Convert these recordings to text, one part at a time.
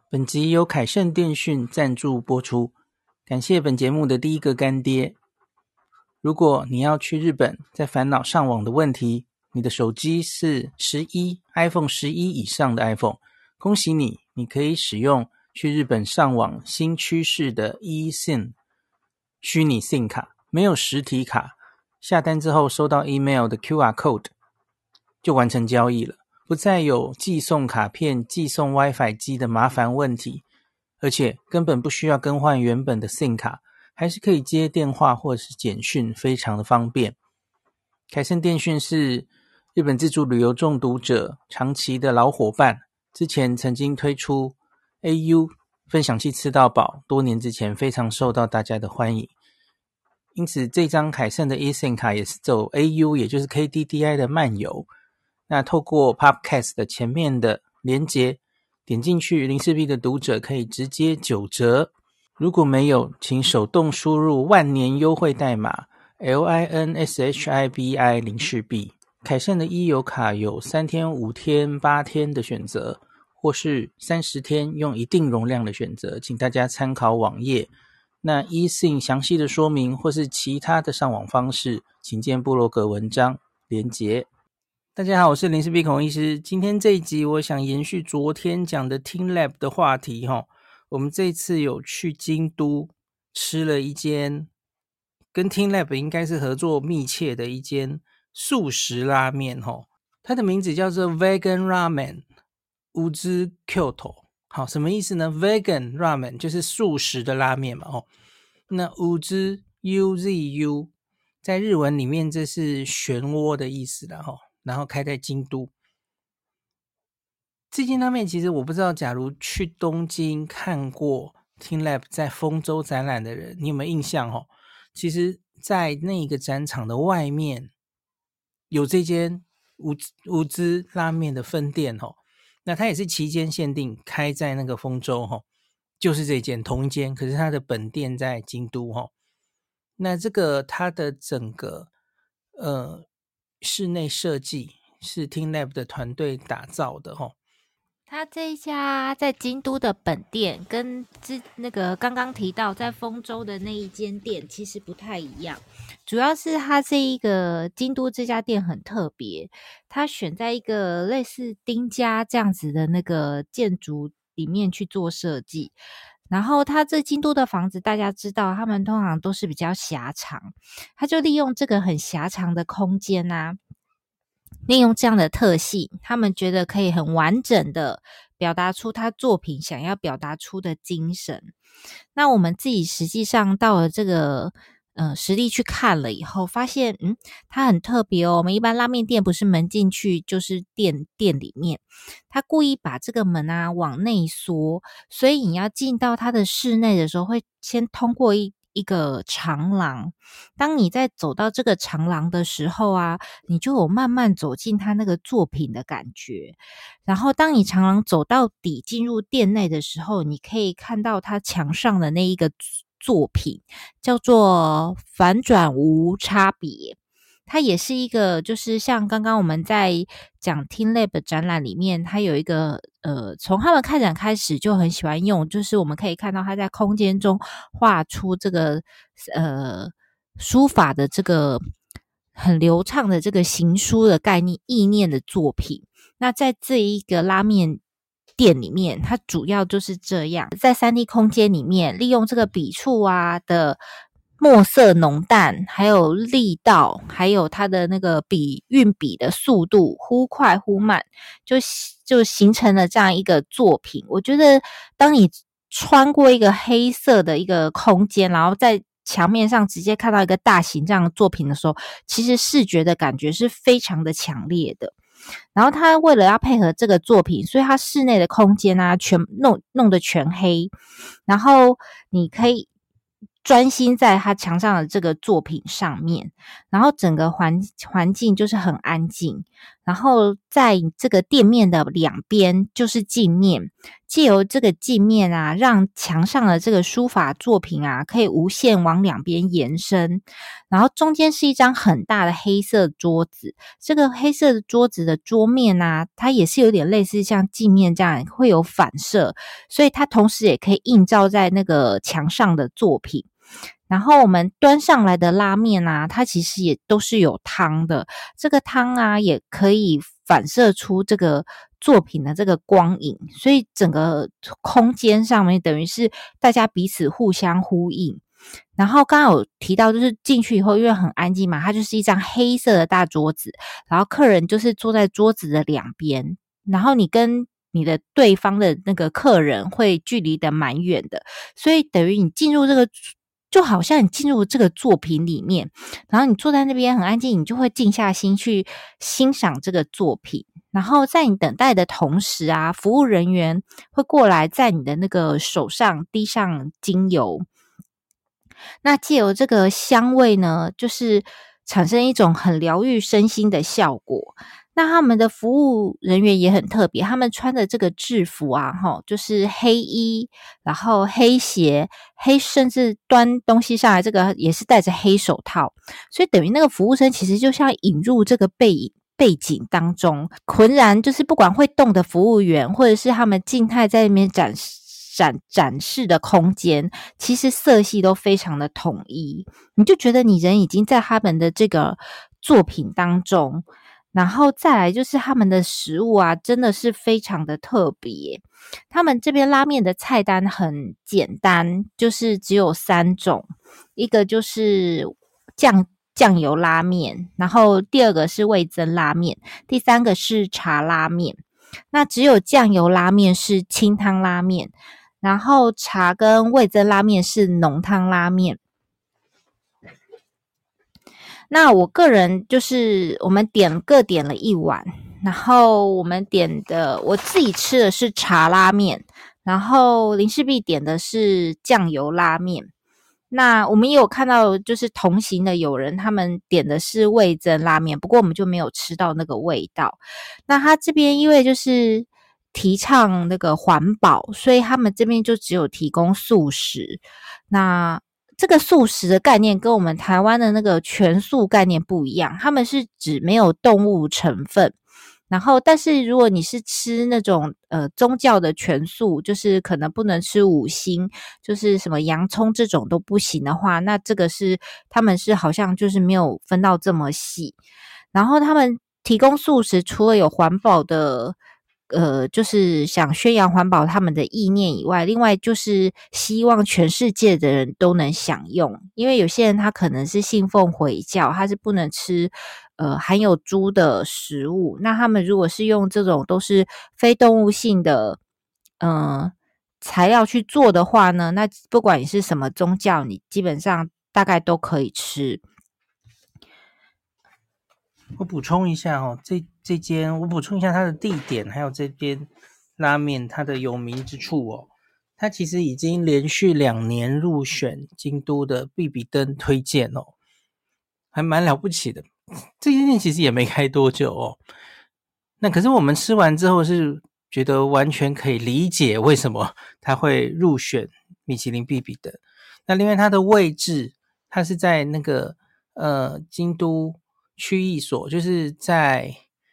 本集由凯盛电讯赞助播出，感谢本节目的第一个干爹。如果你要去日本，在烦恼上网的问题，你的手机是iPhone 11以上的 iPhone， 恭喜你，你可以使用去日本上网新趋势的 eSIM 虚拟 SIM 卡，没有实体卡，下单之后收到 email 的 QR code 就完成交易了，不再有寄送卡片、寄送 WiFi 机的麻烦问题，而且根本不需要更换原本的 SIM 卡，还是可以接电话或者是简讯，非常的方便。凯盛电讯是日本自助旅游中毒者长期的老伙伴，之前曾经推出 AU 分享器吃到饱，多年之前非常受到大家的欢迎。因此这张凯盛的 eSIM 卡也是走 AU 也就是 KDDI 的漫游。那透过 Podcast 的前面的连结点进去，零四 B 的读者可以直接9折，如果没有请手动输入万年优惠代码 LINSHIBI 零四 B。 凯盛的E游卡有3天、5天、8天的选择，或是30天用一定容量的选择，请大家参考网页。那 eSIM 详细的说明或是其他的上网方式，请见部落格文章连结。大家好，我是林氏鼻孔医师。今天这一集我想延续昨天讲的 TeamLab 的话题我们这一次有去京都吃了一间跟 TeamLab 应该是合作密切的一间素食拉面它的名字叫做 Vegan Ramen 乌兹 Kyoto。 好，什么意思呢？ Vegan Ramen 就是素食的拉面嘛那乌兹 UZU 在日文里面这是漩涡的意思啦然后开在京都。这间拉面其实我不知道，假如去东京看过 TeamLab 在丰州展览的人，你有没有印象其实在那个展场的外面有这间乌兹拉面的分店那它也是期间限定开在那个丰州就是这间同一间，可是它的本店在京都那这个它的整个室内设计是 TeamLab 的团队打造的他这一家在京都的本店跟那个刚刚提到在丰州的那一间店其实不太一样，主要是他这一个京都这家店很特别，他选在一个类似丁家这样子的那个建筑里面去做设计。然后他这京都的房子大家知道他们通常都是比较狭长，他就利用这个很狭长的空间利用这样的特性，他们觉得可以很完整的表达出他作品想要表达出的精神。那我们自己实际上到了这个实地去看了以后，发现它很特别我们一般拉面店不是门进去就是店里面，他故意把这个门往内缩，所以你要进到它的室内的时候，会先通过一个长廊。当你在走到这个长廊的时候你就有慢慢走进他那个作品的感觉。然后当你长廊走到底进入店内的时候，你可以看到他墙上的那一个作品叫做反转无差别。它也是一个就是像刚刚我们在讲 TeamLab 展览里面，它有一个从他们开展开始就很喜欢用，就是我们可以看到它在空间中画出这个书法的这个很流畅的这个行书的概念意念的作品。那在这一个拉面店里面，它主要就是这样，在 3D 空间里面利用这个笔触的墨色浓淡，还有力道，还有它的那个运笔的速度忽快忽慢，就形成了这样一个作品。我觉得当你穿过一个黑色的一个空间，然后在墙面上直接看到一个大型这样的作品的时候，其实视觉的感觉是非常的强烈的。然后他为了要配合这个作品，所以他室内的空间全弄得全黑，然后你可以专心在他墙上的这个作品上面，然后整个环境就是很安静， 然后在这个店面的两边就是镜面，借由这个镜面啊，让墙上的这个书法作品啊，可以无限往两边延伸。然后中间是一张很大的黑色桌子，这个黑色的桌子的桌面啊，它也是有点类似像镜面这样会有反射，所以它同时也可以映照在那个墙上的作品。然后我们端上来的拉面啊，它其实也都是有汤的，这个汤啊也可以反射出这个作品的这个光影，所以整个空间上面等于是大家彼此互相呼应。然后刚刚有提到，就是进去以后因为很安静嘛，它就是一张黑色的大桌子，然后客人就是坐在桌子的两边，然后你跟你的对方的那个客人会距离的蛮远的，所以等于你进入这个就好像你进入这个作品里面，然后你坐在那边很安静，你就会静下心去欣赏这个作品。然后在你等待的同时啊，服务人员会过来在你的那个手上滴上精油，那借由这个香味呢，就是产生一种很疗愈身心的效果。那他们的服务人员也很特别，他们穿的这个制服啊，就是黑衣，然后黑鞋，甚至端东西上来，这个也是戴着黑手套，所以等于那个服务生其实就像引入这个背景当中，浑然就是不管会动的服务员，或者是他们静态在那边展示的空间，其实色系都非常的统一，你就觉得你人已经在他们的这个作品当中。然后再来就是他们的食物啊，真的是非常的特别。他们这边拉面的菜单很简单，就是只有3种，一个就是酱油拉面，然后第二个是味噌拉面，第三个是茶拉面。那只有酱油拉面是清汤拉面，然后茶跟味噌拉面是浓汤拉面。那我个人就是我们各点了1碗，然后我自己吃的是茶拉面，然后林氏璧点的是酱油拉面。那我们也有看到就是同行的友人他们点的是味噌拉面，不过我们就没有吃到那个味道。那他这边因为就是提倡那个环保，所以他们这边就只有提供素食。那这个素食的概念跟我们台湾的那个全素概念不一样，他们是指没有动物成分。然后但是如果你是吃那种宗教的全素，就是可能不能吃五辛，就是什么洋葱这种都不行的话，那这个是他们是好像就是没有分到这么细。然后他们提供素食除了有环保的就是想宣扬环保他们的意念以外，另外就是希望全世界的人都能享用。因为有些人他可能是信奉回教，他是不能吃含有猪的食物，那他们如果是用这种都是非动物性的材料去做的话呢，那不管你是什么宗教，你基本上大概都可以吃。 我补充一下这间我补充一下它的地点，还有这边拉面它的有名之处它其实已经连续2年入选京都的必比登推荐还蛮了不起的。这间店其实也没开多久那可是我们吃完之后是觉得完全可以理解为什么它会入选米其林必比登。那另外它的位置，它是在那个京都区役所，就是在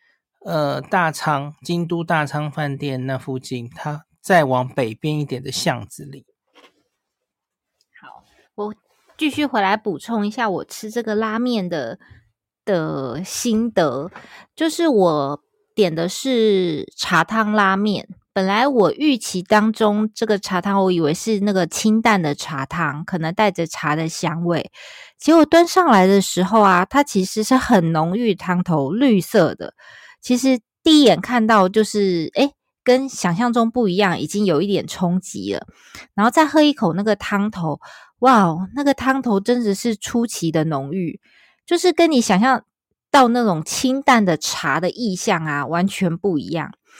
京都大昌饭店那附近，它再往北边一点的巷子里。 好，我继续回来补充一下我吃这个拉面的心得，就是我点的是茶汤拉面。本来我预期当中这个茶汤我以为是那个清淡的茶汤，可能带着茶的香味，结果端上来的时候啊，它其实是很浓郁汤头，绿色的。其实第一眼看到就是跟想象中不一样，已经有一点冲击了。然后再喝一口那个汤头，哇，那个汤头真的是出奇的浓郁，就是跟你想象到那种清淡的茶的意象啊完全不一样。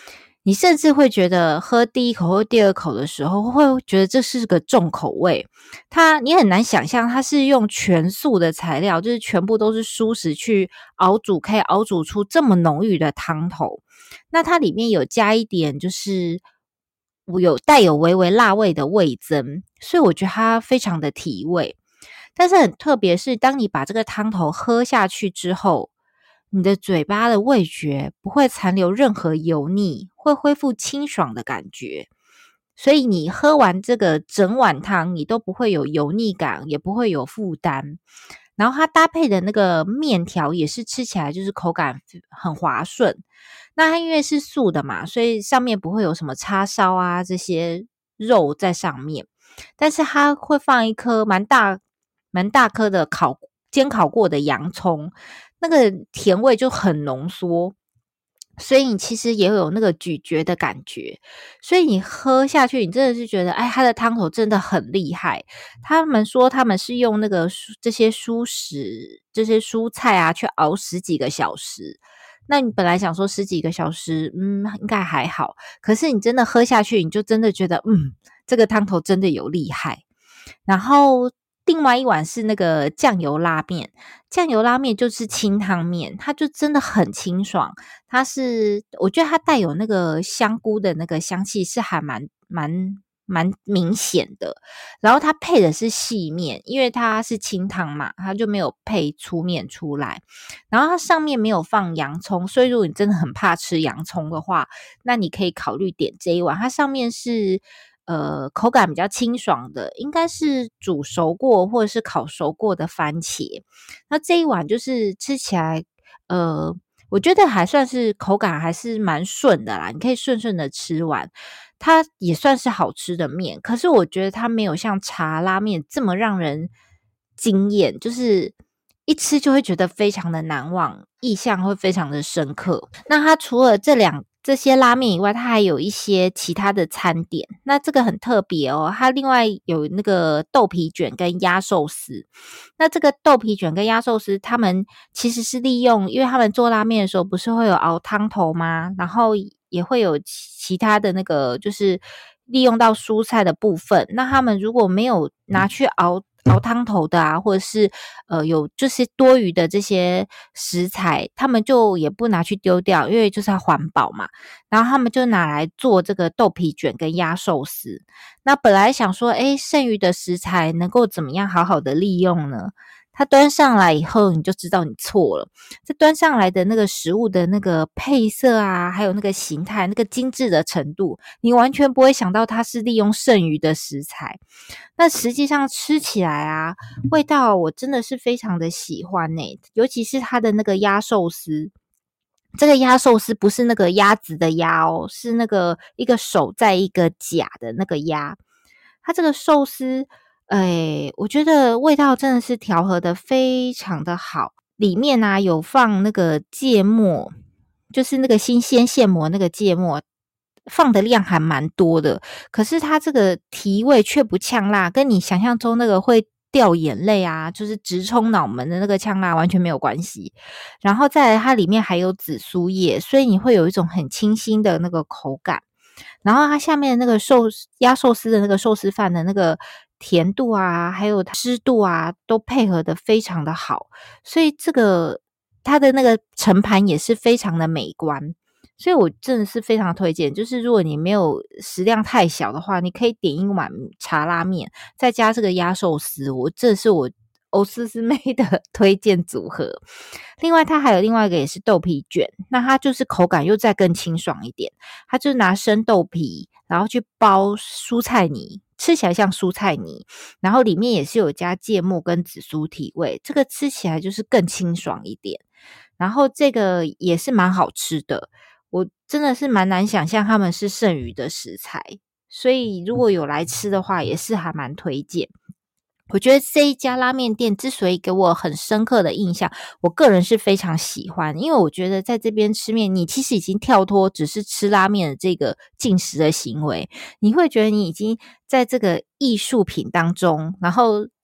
你甚至会觉得喝第一口或第二口的时候，会觉得这是个重口味。你很难想象它是用全素的材料，就是全部都是蔬食去熬煮，可以熬煮出这么浓郁的汤头。那它里面有加一点就是带有微微辣味的味噌，所以我觉得它非常的提味。但是很特别是，当你把这个汤头喝下去之后，你的嘴巴的味觉不会残留任何油腻，会恢复清爽的感觉。所以你喝完这个整碗汤，你都不会有油腻感，也不会有负担。然后它搭配的那个面条也是吃起来就是口感很滑顺。那它因为是素的嘛，所以上面不会有什么叉烧啊这些肉在上面，但是它会放一颗蛮大颗的煎烤过的洋葱，那个甜味就很浓缩，所以你其实也有那个咀嚼的感觉，所以你喝下去，你真的是觉得，它的汤头真的很厉害。他们说他们是用那个这些蔬食、这些蔬菜啊，去熬10几个小时。那你本来想说10几个小时，应该还好，可是你真的喝下去，你就真的觉得，这个汤头真的有厉害。然后另外一碗是那个酱油拉面，酱油拉面就是清汤面，它就真的很清爽。我觉得它带有那个香菇的那个香气是还蛮明显的。然后它配的是细面，因为它是清汤嘛，它就没有配粗面出来。然后它上面没有放洋葱，所以如果你真的很怕吃洋葱的话，那你可以考虑点这一碗。它上面是口感比较清爽的，应该是煮熟过或者是烤熟过的番茄。那这一碗就是吃起来我觉得还算是口感还是蛮顺的啦，你可以顺顺的吃完。它也算是好吃的面，可是我觉得它没有像茶拉面这么让人惊艳，就是一吃就会觉得非常的难忘，印象会非常的深刻。那它除了这些拉面以外，它还有一些其他的餐点，那这个很特别哦，它另外有那个豆皮卷跟鸭寿司。那这个豆皮卷跟鸭寿司，他们其实是利用，因为他们做拉面的时候不是会有熬汤头吗？然后也会有其他的那个就是利用到蔬菜的部分，那他们如果没有拿去熬汤头的啊，或者是有就是多余的这些食材，他们就也不拿去丢掉，因为就是要环保嘛。然后他们就拿来做这个豆皮卷跟鸭寿司。那本来想说，剩余的食材能够怎么样好好的利用呢？它端上来以后，你就知道你错了。这端上来的那个食物的那个配色啊，还有那个形态，那个精致的程度，你完全不会想到它是利用剩余的食材。那实际上吃起来啊，味道我真的是非常的喜欢欸，尤其是它的那个鸭寿司。这个鸭寿司不是那个鸭子的鸭哦，是那个一个手在一个甲的那个鸭。它这个寿司我觉得味道真的是调和的非常的好，里面啊有放那个芥末，就是那个新鲜现磨那个芥末，放的量还蛮多的，可是它这个提味却不呛辣，跟你想象中那个会掉眼泪啊，就是直冲脑门的那个呛辣完全没有关系。然后再来它里面还有紫苏叶，所以你会有一种很清新的那个口感。然后它下面的那个鸭寿司的那个寿司饭的那个甜度啊，还有湿度啊，都配合的非常的好，所以它的那个盛盘也是非常的美观。所以我真的是非常推荐，就是如果你没有食量太小的话，你可以点一碗茶拉面，再加这个鸭寿司，这是我欧思思妹的推荐组合。另外它还有另外一个也是豆皮卷，那它就是口感又再更清爽一点，它就是拿生豆皮然后去包蔬菜泥，吃起来像蔬菜泥，然后里面也是有加芥末跟紫苏提味，这个吃起来就是更清爽一点。然后这个也是蛮好吃的，我真的是蛮难想象他们是剩余的食材，所以如果有来吃的话也是还蛮推荐。我觉得这一家拉面店之所以给我很深刻的印象，我个人是非常喜欢，因为我觉得在这边吃面，你其实已经跳脱只是吃拉面的这个进食的行为，你会觉得你已经在这个艺术品当中，然后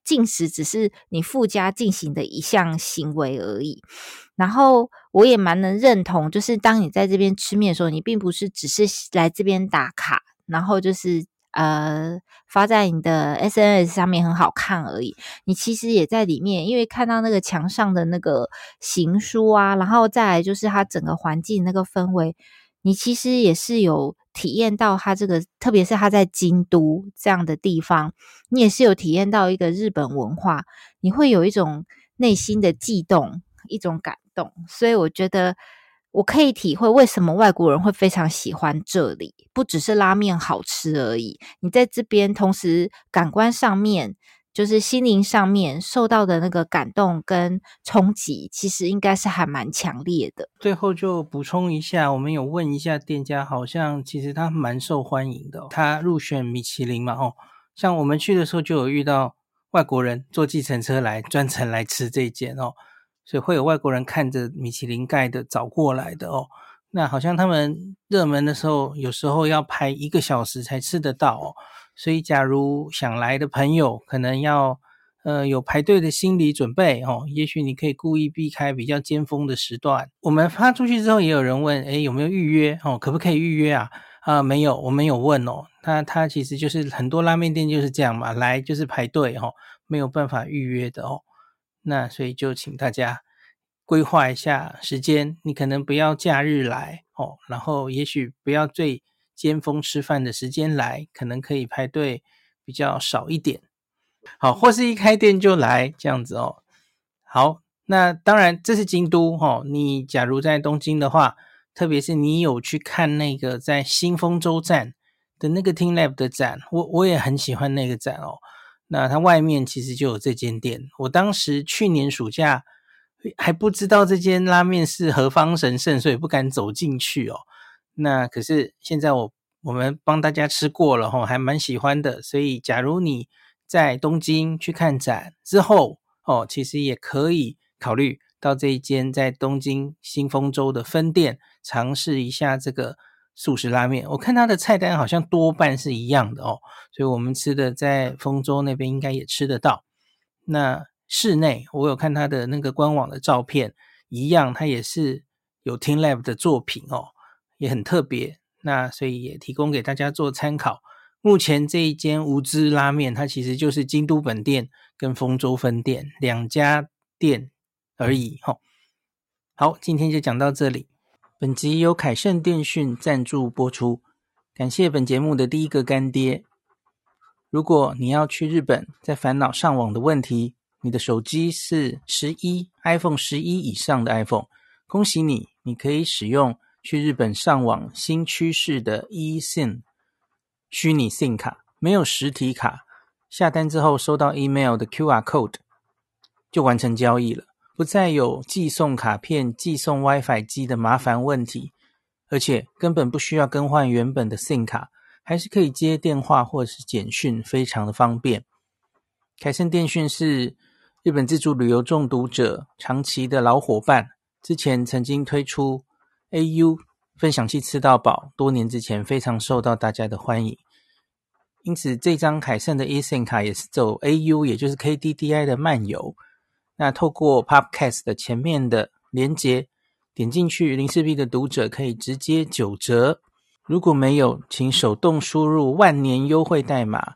进食只是你附加进行的一项行为而已。然后我也蛮能认同，就是当你在这边吃面的时候，你并不是只是来这边打卡，然后就是发在你的 SNS 上面很好看而已。你其实也在里面，因为看到那个墙上的那个行书啊，然后再来就是它整个环境那个氛围，你其实也是有体验到它这个，特别是它在京都这样的地方，你也是有体验到一个日本文化，你会有一种内心的悸动，一种感动。所以我觉得我可以体会为什么外国人会非常喜欢这里，不只是拉面好吃而已，你在这边同时感官上面就是心灵上面受到的那个感动跟冲击，其实应该是还蛮强烈的。 最后就补充一下，我们有问一下店家，好像其实他蛮受欢迎的他入选米其林嘛像我们去的时候就有遇到外国人坐计程车来专程来吃这一间所以会有外国人看着米其林盖的找过来的那好像他们热门的时候有时候要排1个小时才吃得到所以假如想来的朋友可能要有排队的心理准备也许你可以故意避开比较尖峰的时段。我们发出去之后也有人问有没有预约可不可以预约啊？没有，我们有问他其实就是很多拉面店就是这样嘛，来就是排队没有办法预约的那所以就请大家规划一下时间，你可能不要假日来然后也许不要最尖峰吃饭的时间来，可能可以排队比较少一点。好，或是一开店就来这样子好，那当然这是京都你假如在东京的话，特别是你有去看那个在新丰州站的那个 TeamLab 的展，我也很喜欢那个展那它外面其实就有这间店，我当时去年暑假还不知道这间拉面是何方神圣，所以不敢走进去那可是现在我们帮大家吃过了还蛮喜欢的，所以假如你在东京去看展之后其实也可以考虑到这一间在东京新丰州的分店尝试一下这个素食拉面。我看它的菜单好像多半是一样的所以我们吃的在丰州那边应该也吃得到。那室内我有看它的那个官网的照片，一样它也是有 TeamLab 的作品也很特别，那所以也提供给大家做参考。目前这一间无汁拉面，它其实就是京都本店跟丰州分店2家店而已好，今天就讲到这里。本集由凯盛电讯赞助播出，感谢本节目的第一个干爹。如果你要去日本，在烦恼上网的问题，你的手机是iPhone 11以上的 iPhone， 恭喜你，你可以使用去日本上网新趋势的 eSIM虚拟 SIM 卡，没有实体卡，下单之后收到 email 的 QR code 就完成交易了，不再有寄送卡片、寄送 WiFi 机的麻烦问题，而且根本不需要更换原本的 SIM 卡，还是可以接电话或是简讯，非常的方便。凯盛电讯是日本自助旅游中毒者长期的老伙伴，之前曾经推出 AU 分享器吃到饱，多年之前非常受到大家的欢迎，因此这张凯盛的 eSIM 卡也是走 AU 也就是 KDDI 的漫游。那透过 Podcast 的前面的连结点进去，零士币的读者可以直接9折，如果没有请手动输入万年优惠代码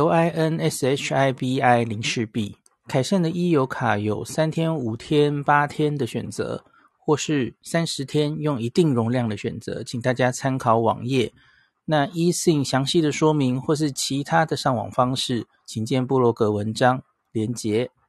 LINSHIBI 零士币。凯盛的悠游卡有3天、5天、8天的选择，或是30天用一定容量的选择，请大家参考网页。那 eSIM 详细的说明或是其他的上网方式，请见部落格文章连结。